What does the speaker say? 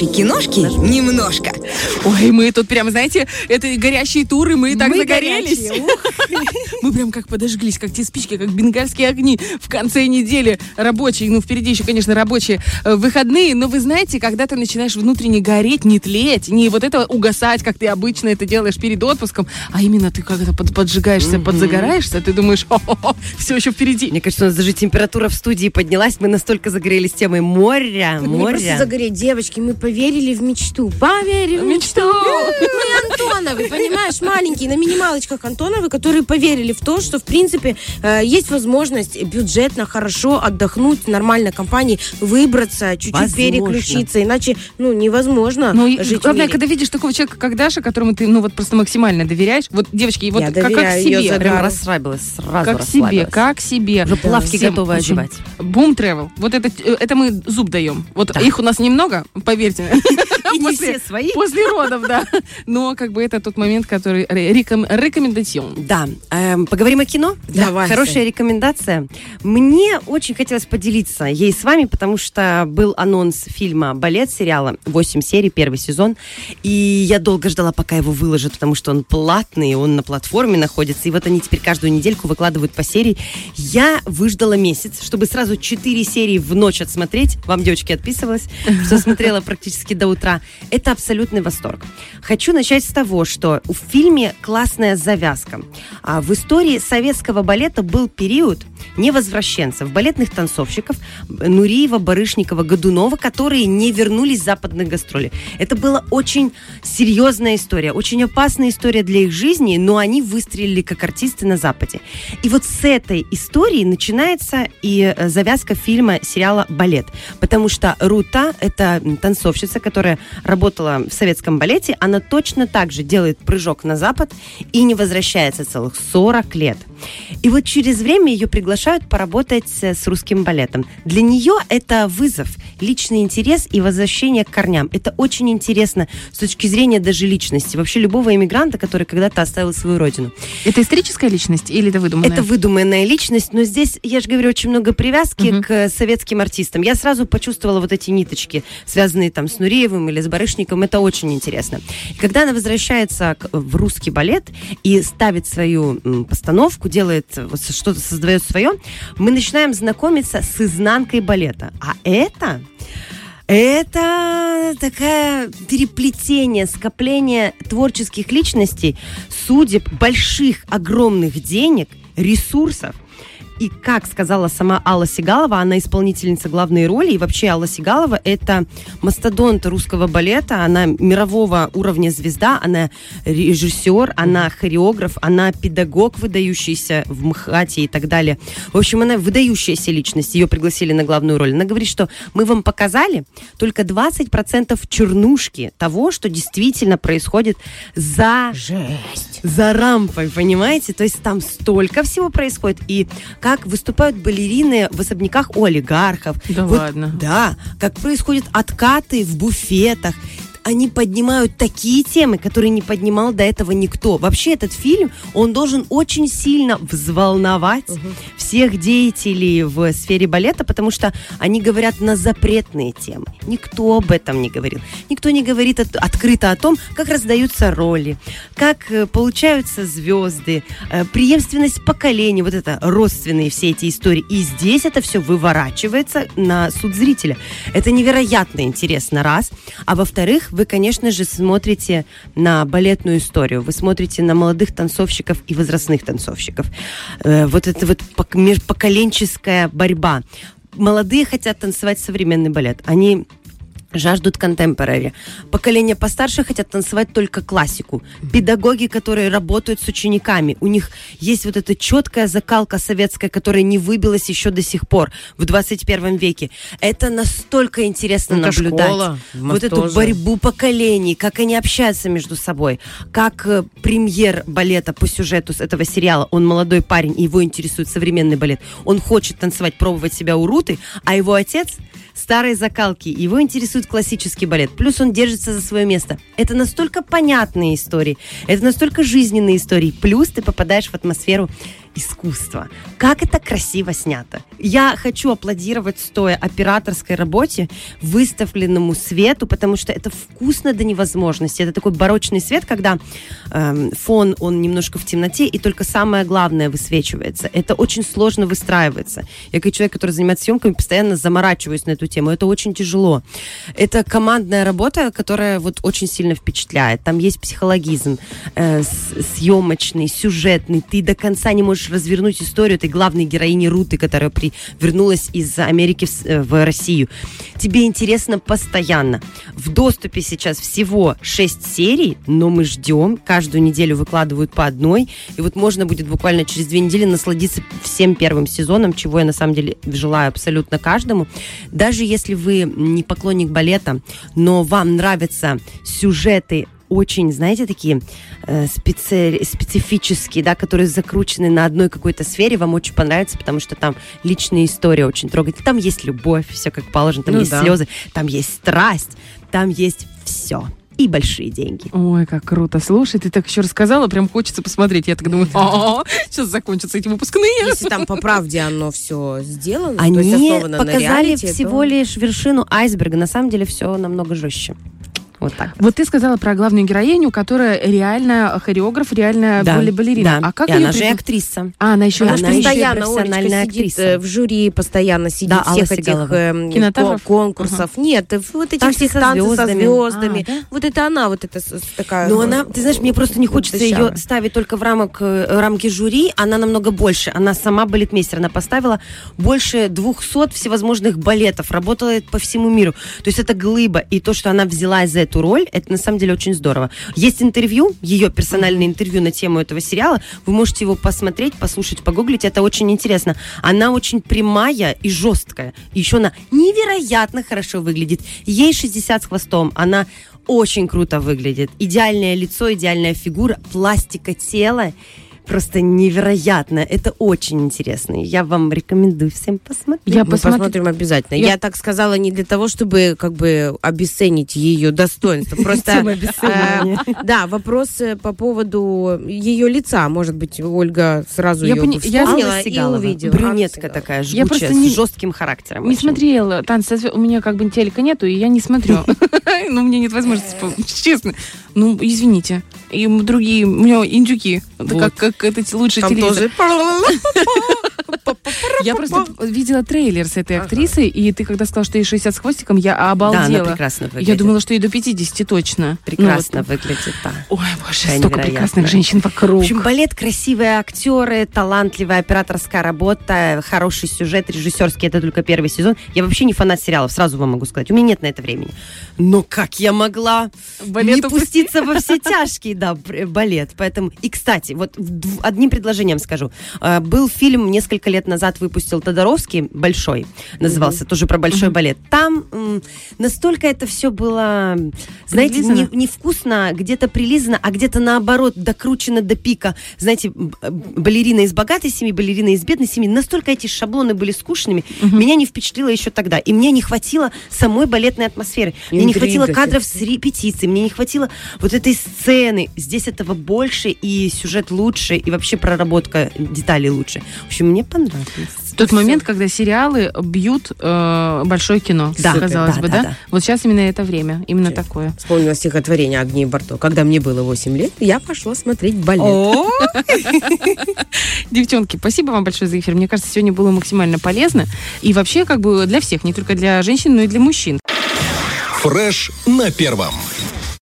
нашей киношки немножко. Ой, мы тут прям, знаете, это горящие туры, мы так загорелись. Мы прям как подожглись, как те спички, как бенгальские огни в конце недели рабочие. Ну, впереди еще, конечно, рабочие выходные. Но вы знаете, когда ты начинаешь внутренне гореть, не тлеть, не вот это угасать, как ты обычно это делаешь перед отпуском, а именно ты как-то поджигаешься, подзагораешься, ты думаешь, все еще впереди. Мне кажется, у нас даже температура в студии поднялась, мы настолько загорелись темой моря. Не просто загореть, девочки, мы поверили в мечту. Поверили в мечту. Мы Антоновы, понимаешь, маленькие, на минималочках Антоновы, которые поверили в то, что, в принципе, есть возможность бюджетно, хорошо отдохнуть, в нормальной компании, выбраться, чуть-чуть переключиться, иначе, невозможно жить главное, когда видишь такого человека, как Даша, которому ты, просто максимально доверяешь, вот, девочки, вот как к себе. Прям расслабилась, сразу как себе. Уже плавки готовы одевать. Boom Travel. Вот это мы зуб даем. Вот их у нас немного, поверьте. И не все свои. После родов, да. Но как бы это тот момент, который рекомендацион. Да. Поговорим о кино? Давай. Хорошая рекомендация. Мне очень хотелось поделиться ей с вами, потому что был анонс фильма «Балет», сериала 8 серий, 1 сезон. И я долго ждала, пока его выложат, потому что он платный, он на платформе находится. И вот они теперь каждую недельку выкладывают по серии. Я выждала месяц, чтобы сразу 4 серии в ночь отсмотреть. Вам, девочки, отписывалась, что смотрела практически до утра. Это абсолютный восторг. Хочу начать с того, что в фильме классная завязка. В истории советского балета был период невозвращенцев, балетных танцовщиков Нуриева, Барышникова, Годунова, которые не вернулись с западных гастролей. Это была очень серьезная история, очень опасная история для их жизни, но они выстрелили как артисты на Западе. И вот с этой истории начинается и завязка фильма, сериала «Балет». Потому что Рута, это танцовщица, которая работала в советском балете, она точно так же делает прыжок на Запад и не возвращается целых 40 лет. И вот через время ее приглашают поработать с русским балетом. Для нее это вызов, личный интерес и возвращение к корням. Это очень интересно с точки зрения даже личности. Вообще любого иммигранта, который когда-то оставил свою родину. Это историческая личность или это выдуманная? Это выдуманная личность, но здесь, я же говорю, очень много привязки к советским артистам. Я сразу почувствовала вот эти ниточки, связанные там с Нуриевым или с Барышниковым. Это очень интересно. И когда она возвращается в русский балет и ставит свою постановку, делает что-то, создает свое, мы начинаем знакомиться с изнанкой балета. А это такое переплетение, скопление творческих личностей, судеб, больших, огромных денег, ресурсов. И, как сказала сама Алла Сигалова, она исполнительница главной роли, и вообще Алла Сигалова – это мастодонт русского балета, она мирового уровня звезда, она режиссер, она хореограф, она педагог, выдающийся в МХАТе и так далее. В общем, она выдающаяся личность, ее пригласили на главную роль. Она говорит, что мы вам показали только 20% чернушки того, что действительно происходит за рампой, понимаете? То есть там столько всего происходит, и как выступают балерины в особняках у олигархов. Да вот, ладно? Да, как происходят откаты в буфетах. Они поднимают такие темы, которые не поднимал до этого никто. Вообще этот фильм, он должен очень сильно взволновать всех деятелей в сфере балета, потому что они говорят на запретные темы. Никто об этом не говорил. Никто не говорит открыто о том, как раздаются роли, как получаются звезды, преемственность поколений, вот это родственные все эти истории. И здесь это все выворачивается на суд зрителя. Это невероятно интересно, раз. А во-вторых, вы, конечно же, смотрите на балетную историю, вы смотрите на молодых танцовщиков и возрастных танцовщиков. Вот это вот межпоколенческая борьба. Молодые хотят танцевать современный балет. Они жаждут контемпорари. Поколение постарше хотят танцевать только классику. Педагоги, которые работают с учениками, у них есть вот эта четкая закалка советская, которая не выбилась еще до сих пор в 21 веке. Это настолько интересно наблюдать. Школа, вот эту борьбу поколений, как они общаются между собой, как премьер балета по сюжету с этого сериала, он молодой парень, и его интересует современный балет. Он хочет танцевать, пробовать себя у Руты, а его отец старой закалки, его интересует классический балет. Плюс он держится за свое место. Это настолько понятные истории, это настолько жизненные истории. Плюс ты попадаешь в атмосферу искусство. Как это красиво снято. Я хочу аплодировать стоя операторской работе, выставленному свету, потому что это вкусно до невозможности. Это такой барочный свет, когда фон, он немножко в темноте, и только самое главное высвечивается. Это очень сложно выстраивается. Я как человек, который занимается съемками, постоянно заморачиваюсь на эту тему. Это очень тяжело. Это командная работа, которая вот очень сильно впечатляет. Там есть психологизм, съемочный, сюжетный. Ты до конца не можешь развернуть историю этой главной героини Руты, которая вернулась из Америки в Россию. Тебе интересно постоянно. В доступе сейчас всего 6 серий, но мы ждем. Каждую неделю выкладывают по одной. И вот можно будет буквально через 2 недели насладиться всем первым сезоном, чего я на самом деле желаю абсолютно каждому. Даже если вы не поклонник балета, но вам нравятся сюжеты очень, знаете, такие специфические, да, которые закручены на одной какой-то сфере, вам очень понравится, потому что там личная история очень трогательная. Там есть любовь, все как положено, там есть слезы, там есть страсть, там есть все. И большие деньги. Ой, как круто. Слушай, ты так еще рассказала, прям хочется посмотреть. Я так думаю, сейчас закончатся эти выпускные. Если там по правде оно все сделано, они то есть основано на показали реалити, всего лишь вершину айсберга. На самом деле все намного жестче. Вот так. Вот ты сказала про главную героиню, которая реально хореограф, реально балерина. Да. А как и она же актриса. Она еще она профессиональная постоянно актриса. В жюри, постоянно сидит всех этих конкурсов. Нет, вот этих всех танцев со звездами. Вот это она, вот это такая... Но она, ты знаешь, мне просто не хочется ее ставить только в рамки жюри. Она намного больше. Она сама балетмейстер. Она поставила больше 200 всевозможных балетов. Работала по всему миру. То есть это глыба. И то, что она взялась за эту роль, это на самом деле очень здорово. Есть интервью, ее персональное интервью на тему этого сериала. Вы можете его посмотреть, послушать, погуглить. Это очень интересно. Она очень прямая и жесткая. И еще она невероятно хорошо выглядит. Ей 60 с хвостом. Она очень круто выглядит. Идеальное лицо, идеальная фигура, пластика тела. Просто невероятно. Это очень интересно. Я вам рекомендую всем посмотреть. Мы посмотрим обязательно. Я так сказала не для того, чтобы как бы обесценить ее достоинство. Просто да, вопрос по поводу ее лица. Может быть, Ольга сразу ее вспомнила и увидела. Брюнетка такая жгучая, с жестким характером. Не смотрела танцы. У меня как бы телека нету, и я не смотрю. Ну, у меня нет возможности, честно. Ну, извините. И другие, у меня индюки. Как это лучше телевизор. Я просто видела трейлер с этой актрисой, и ты когда сказала, что ей 60 с хвостиком, я обалдела. Да, она прекрасно выглядит. Я думала, что ей до 50 точно. Прекрасно выглядит, да. Ой, боже, столько прекрасных женщин вокруг. В общем, балет, красивые актеры, талантливая операторская работа, хороший сюжет, режиссерский, это только первый сезон. Я вообще не фанат сериалов, сразу вам могу сказать. У меня нет на это времени. Но как я могла не пуститься во все тяжкие, да, балет. Поэтому, и, кстати, вот одним предложением скажу. Был фильм, несколько лет назад выпустил Тодоровский, «Большой», назывался, тоже про большой балет. Там настолько это все было, знаете, невкусно, где-то прилизано, а где-то наоборот докручено до пика. Знаете, балерина из богатой семьи, балерина из бедной семьи. Настолько эти шаблоны были скучными, меня не впечатлило еще тогда. И мне не хватило самой балетной атмосферы. Мне не хватило кадров с репетицией, мне не хватило вот этой сцены. Здесь этого больше, и сюжет лучше, и вообще проработка деталей лучше. В общем, мне понравилось. Тот момент, когда сериалы бьют большое кино, казалось бы, да? Вот сейчас именно это время, именно такое. Вспомнила стихотворение Агнии Барто. Когда мне было 8 лет, я пошла смотреть балет. Девчонки, спасибо вам большое за эфир. Мне кажется, сегодня было максимально полезно. И вообще, как бы для всех, не только для женщин, но и для мужчин. Фреш на первом.